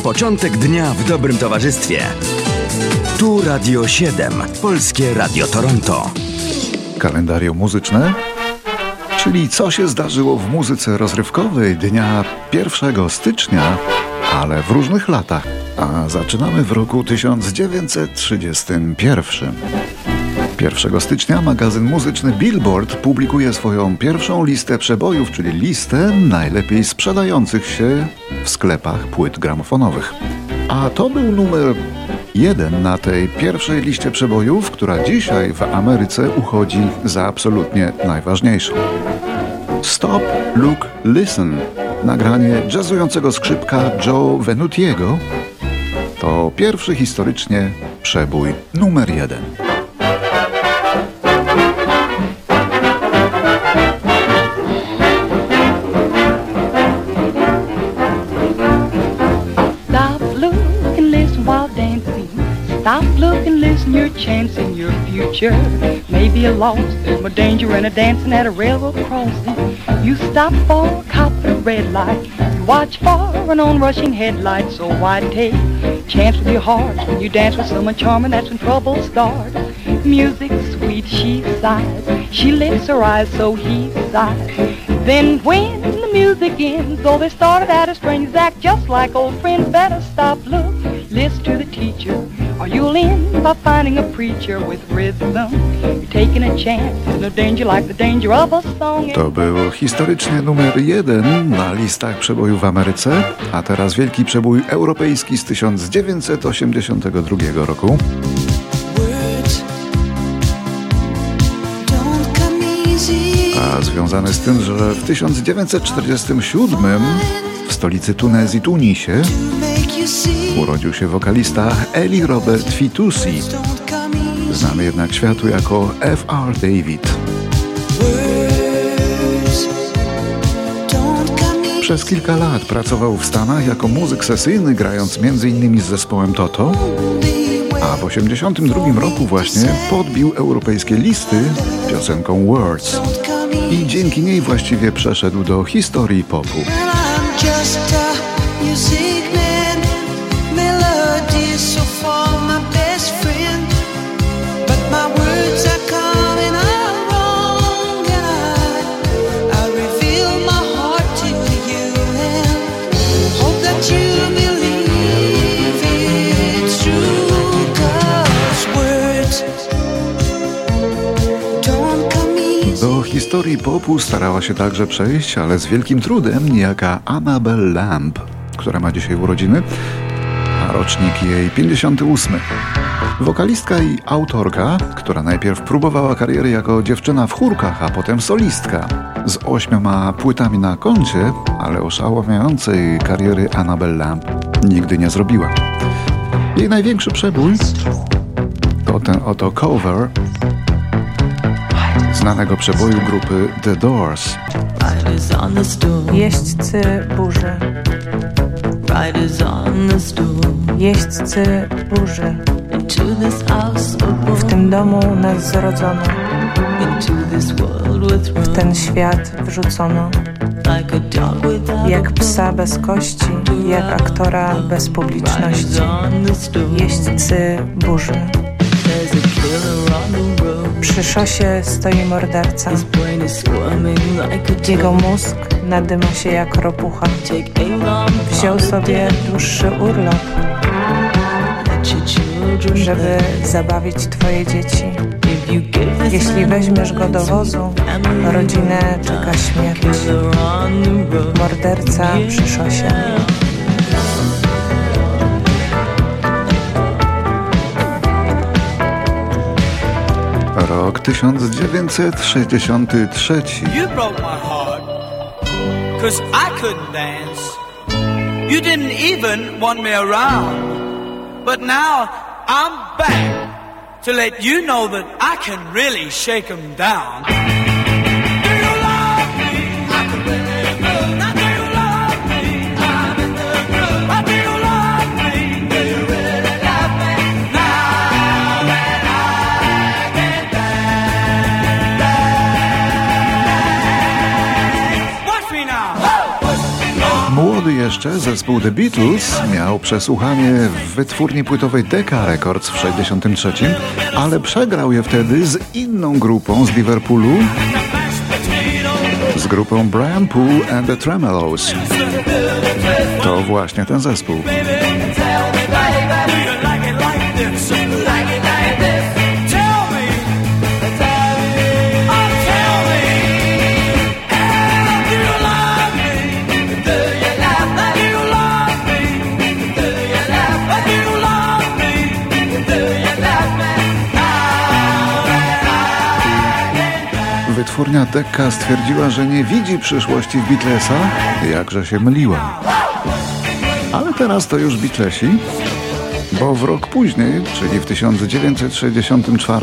Początek dnia w dobrym towarzystwie. Tu Radio 7, Polskie Radio Toronto. Kalendarium muzyczne, czyli co się zdarzyło w muzyce rozrywkowej dnia 1 stycznia, ale w różnych latach. A zaczynamy w roku 1931. 1 stycznia magazyn muzyczny Billboard publikuje swoją pierwszą listę przebojów, czyli listę najlepiej sprzedających się w sklepach płyt gramofonowych. A to był numer 1 na tej pierwszej liście przebojów, która dzisiaj w Ameryce uchodzi za absolutnie najważniejszą. Stop, Look, Listen, nagranie jazzującego skrzypka Joe Venutiego, to pierwszy historycznie przebój numer 1. Stop, look and listen, your chance in your future may be a loss. There's more danger in a dancing at a railroad crossing. You stop for a cop at a red light. You watch for an onrushing headlight. So why take chance with your heart? When you dance with someone charming, that's when trouble starts. Music sweet, she sighs. She lifts her eyes, so he sighs. Then when the music ends, though they started out as strangers, act just like old friends. Better stop, look, listen to the teacher, or you'll end by finding a preacher with rhythm. You're taking a chance, there's no danger like the danger of a song. To był historycznie numer 1 na listach przebojów w Ameryce, a teraz wielki przebój europejski z 1982 roku. A związany z tym, że w 1947 w stolicy Tunezji, Tunisie, urodził się wokalista Eli Robert Fitoussi, znany jednak światu jako F.R. David. Przez kilka lat pracował w Stanach jako muzyk sesyjny, grając m.in. z zespołem Toto, a w 1982 roku właśnie podbił europejskie listy piosenką Words i dzięki niej właściwie przeszedł do historii popu. Do historii popu starała się także przejść, ale z wielkim trudem, niejaka Annabel Lamb, która ma dzisiaj urodziny, a rocznik jej 58. Wokalistka i autorka, która najpierw próbowała kariery jako dziewczyna w chórkach, a potem solistka. Z 8 płytami na koncie, ale oszałamiającej kariery Annabel Lamb nigdy nie zrobiła. Jej największy przebój to ten oto cover znanego przeboju grupy The Doors. Jeźdźcy burzy. Jeźdźcy burzy. W tym domu nas zrodzono. W ten świat wrzucono. Jak psa bez kości, jak aktora bez publiczności. Jeźdźcy burzy. Przy szosie stoi morderca. Jego mózg nadyma się jak ropucha. Wziął sobie dłuższy urlop, żeby zabawić twoje dzieci. Jeśli weźmiesz go do wozu, rodzinę czeka śmierć. Morderca przy szosie. Rok 1963. You broke my heart, 'cause I couldn't dance. You didn't even want me around. But now I'm back to let you know that I can really shake 'em down. Do you love me? I can really move. Now do you love me? I'm in the groove. Do you love me? Do you really love me? Now that I can dance. Watch me now. wtedy jeszcze zespół The Beatles miał przesłuchanie w wytwórni płytowej Decca Records w 1963, ale przegrał je wtedy z inną grupą z Liverpoolu, z grupą Brian Poole and the Tremeloes. To właśnie ten zespół. Wytwórnia Decca stwierdziła, że nie widzi przyszłości w Beatlesach, jakże się myliła. Ale teraz to już Beatlesi, bo w rok później, czyli w 1964,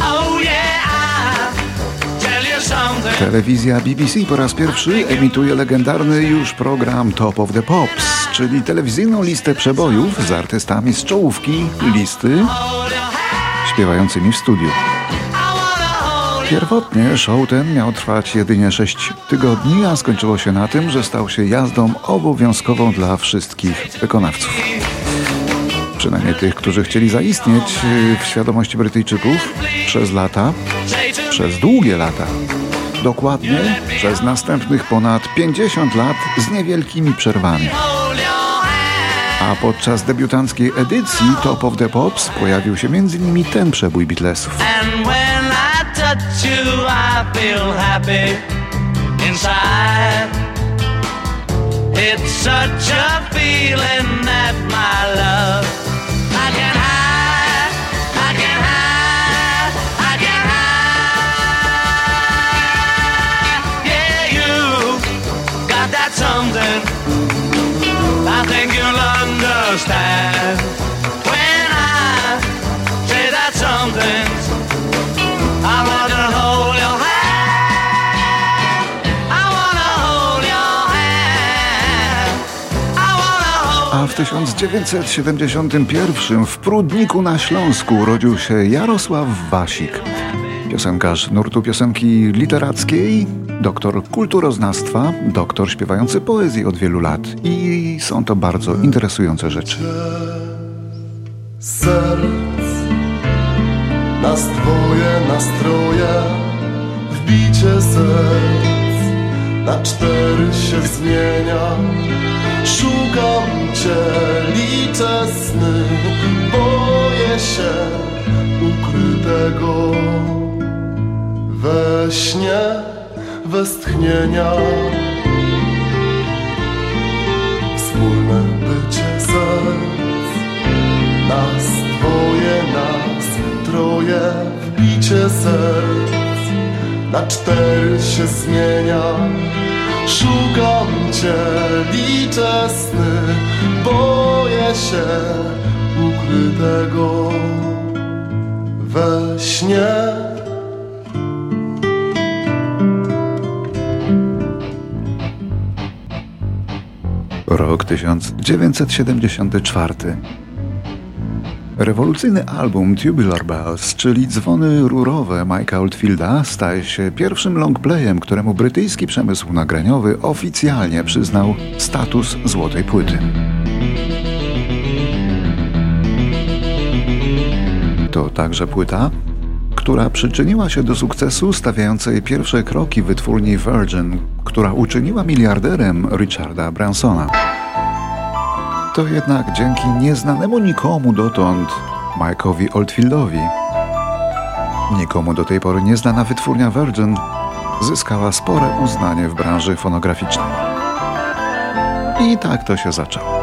telewizja BBC po raz pierwszy emituje legendarny już program Top of the Pops, czyli telewizyjną listę przebojów z artystami z czołówki listy śpiewającymi w studiu. Pierwotnie show ten miał trwać jedynie 6 tygodni, a skończyło się na tym, że stał się jazdą obowiązkową dla wszystkich wykonawców. Przynajmniej tych, którzy chcieli zaistnieć w świadomości Brytyjczyków przez lata, przez długie lata. Dokładnie przez następnych ponad 50 lat z niewielkimi przerwami. A podczas debiutanckiej edycji Top of the Pops pojawił się m.in. ten przebój Beatlesów. Touch you, I feel happy inside. It's such a feeling that my love I can hide, I can hide, I can hide. Yeah, you got that something I think you'll understand when I say that something. A w 1971 w Prudniku na Śląsku urodził się Jarosław Wasik. Piosenkarz nurtu piosenki literackiej, doktor kulturoznawstwa, doktor śpiewający poezję od wielu lat. I są to bardzo interesujące rzeczy. Serc, nas dwoje nastroje, wbicie serc, na 4 się zmienia. Szukam Cię, liczę sny, boję się ukrytego we śnie westchnienia. Wspólne bycie serc, nas dwoje, nas troje, wbicie serc, na 4 się zmienia. Szukam Cię, liczę sny, boję się ukrytego we śnie. Rok 1974. Rewolucyjny album Tubular Bells, czyli dzwony rurowe Mike'a Oldfielda, staje się pierwszym longplayem, któremu brytyjski przemysł nagraniowy oficjalnie przyznał status złotej płyty. To także płyta, która przyczyniła się do sukcesu stawiającej pierwsze kroki wytwórni Virgin, która uczyniła miliarderem Richarda Bransona. To jednak dzięki nieznanemu nikomu dotąd Mike'owi Oldfieldowi, nikomu do tej pory nieznana wytwórnia Virgin zyskała spore uznanie w branży fonograficznej. I tak to się zaczęło.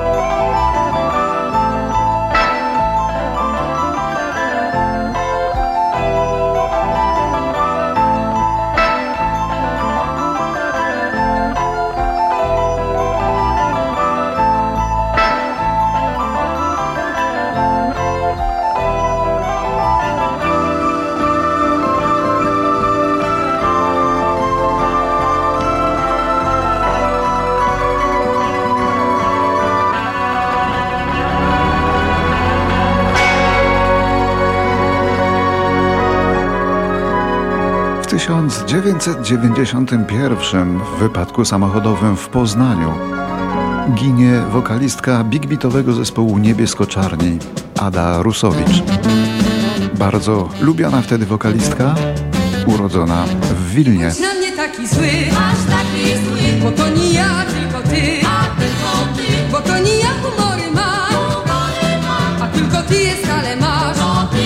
W 1991 w wypadku samochodowym w Poznaniu ginie wokalistka big beatowego zespołu Niebiesko-Czarni, Ada Rusowicz. Bardzo lubiana wtedy wokalistka, urodzona w Wilnie. Na mnie taki zły, aż taki zły, bo to nie ja, tylko ty, bo to nie ja humory mam, a tylko ty je stale masz.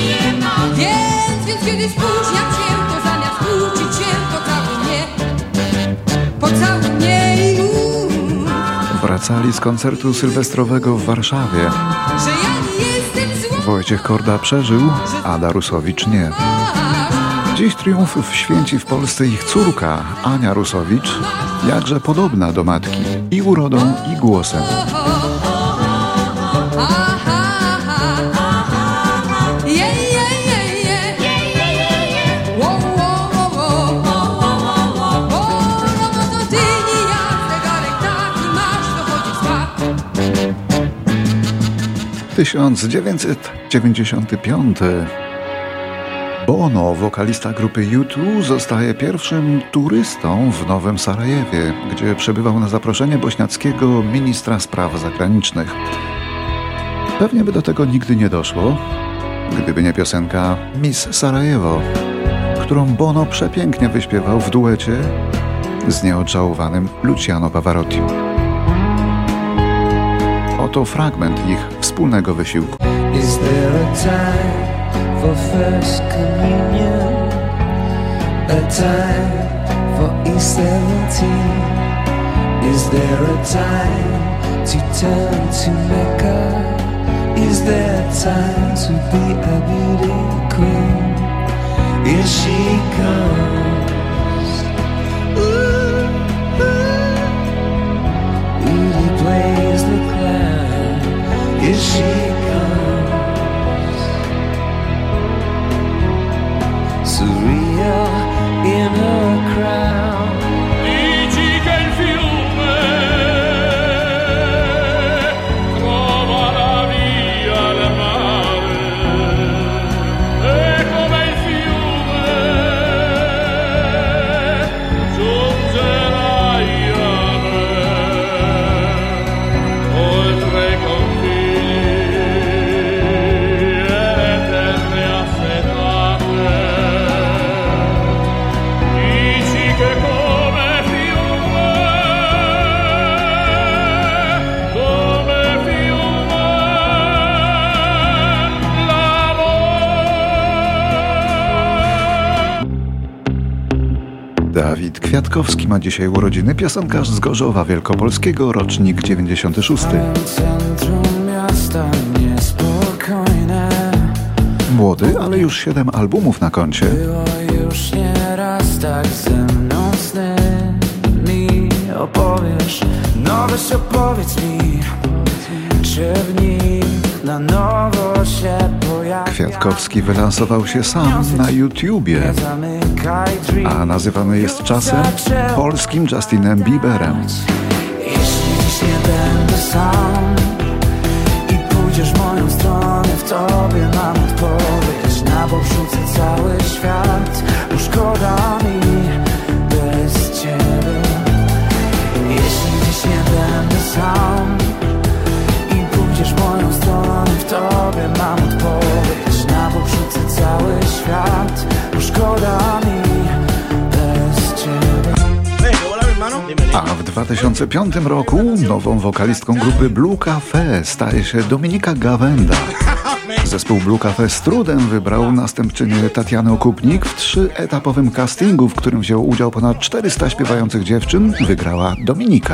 Więc kiedy spóźniam się, to zamiast kłócić się, pocałuj mnie i mów. Wracali z koncertu sylwestrowego w Warszawie. Że ja nie jestem zła. Wojciech Korda przeżył, Ada Rusowicz nie. Dziś triumf święci w Polsce ich córka, Ania Rusowicz, jakże podobna do matki i urodą, i głosem. W 1995 Bono, wokalista grupy U2, zostaje pierwszym turystą w Nowym Sarajewie, gdzie przebywał na zaproszenie bośniackiego ministra spraw zagranicznych. Pewnie by do tego nigdy nie doszło, gdyby nie piosenka Miss Sarajewo, którą Bono przepięknie wyśpiewał w duecie z nieodżałowanym Luciano Pavarotti. Oto fragment ich wspólnego wysiłku. Is there a time for first communion? A time for E17? Is there a time to turn to Mecca? Is there a time to be a beauty queen? Here she comes. Ooh, ooh. Beauty plays the clown. Here she comes. Surreal in her crown. Dici che il fiume trova la via al mare, e come il fiume giungerai a me, oltre i confini e le terre assetate. Dici che come fiume Dawid Kwiatkowski ma dzisiaj urodziny, piosenkarz z Gorzowa Wielkopolskiego, rocznik 96. Centrum miasta niespokojne. Młody, ale już 7 albumów na koncie. Było już nieraz tak ze mną sny. Mi opowiesz, no weź opowiedz mi, czy w nim na nowo się pojawia. Kwiatkowski wylansował się sam na YouTubie, Zamykaj drzwi. a nazywany jest czasem polskim Justinem Bieberem. Jeśli dziś nie będę sam i pójdziesz w moją stronę, w tobie mam odpowiedź. Na bok rzucę cały świat, bo szkoda mi bez ciebie. Jeśli dziś nie będę sam i pójdziesz w moją stronę, w tobie mam odpowiedź. Na bok rzucę cały świat, bo szkoda mi bez ciebie. A w 2005 roku nową wokalistką grupy Blue Cafe staje się Dominika Gawenda. Zespół Blue Cafe z trudem wybrał następczynię Tatianę Okupnik w 3-etapowym castingu, w którym wzięło udział ponad 400 śpiewających dziewczyn. Wygrała Dominika.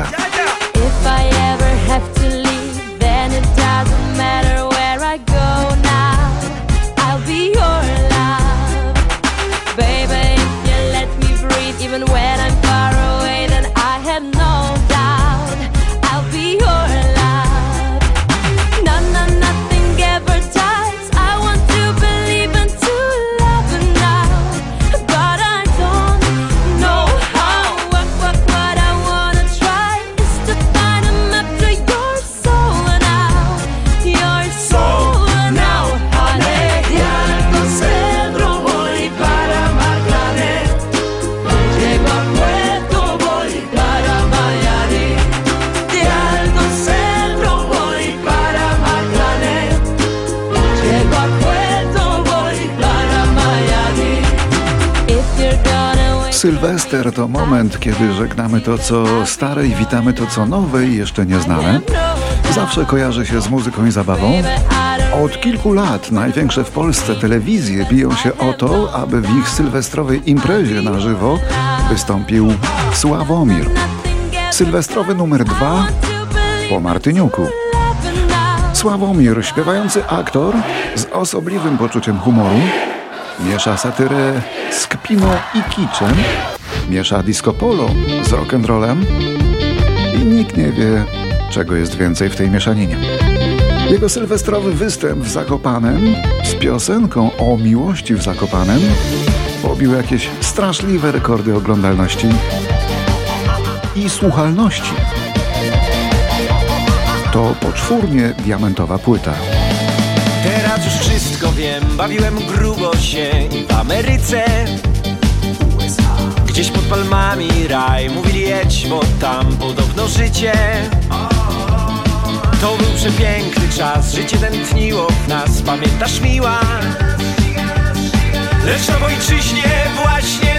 Sylwester to moment, kiedy żegnamy to, co stare i witamy to, co nowe i jeszcze nieznane. Zawsze kojarzy się z muzyką i zabawą. Od kilku lat największe w Polsce telewizje biją się o to, aby w ich sylwestrowej imprezie na żywo wystąpił Sławomir. Sylwestrowy numer 2 po Martyniuku. Sławomir, śpiewający aktor z osobliwym poczuciem humoru, miesza satyrę z kpiną i kiczem, miesza disco polo z rock'n'rollem i nikt nie wie, czego jest więcej w tej mieszaninie. Jego sylwestrowy występ w Zakopanem z piosenką o miłości w Zakopanem pobił jakieś straszliwe rekordy oglądalności i słuchalności. To poczwórnie diamentowa płyta. Teraz już wszystko wiem, bawiłem grubo się i w Ameryce, USA. Gdzieś pod palmami raj, mówili jedź, bo tam podobno życie. To był przepiękny czas, życie tętniło w nas, pamiętasz miła? Lecz na ojczyźnie właśnie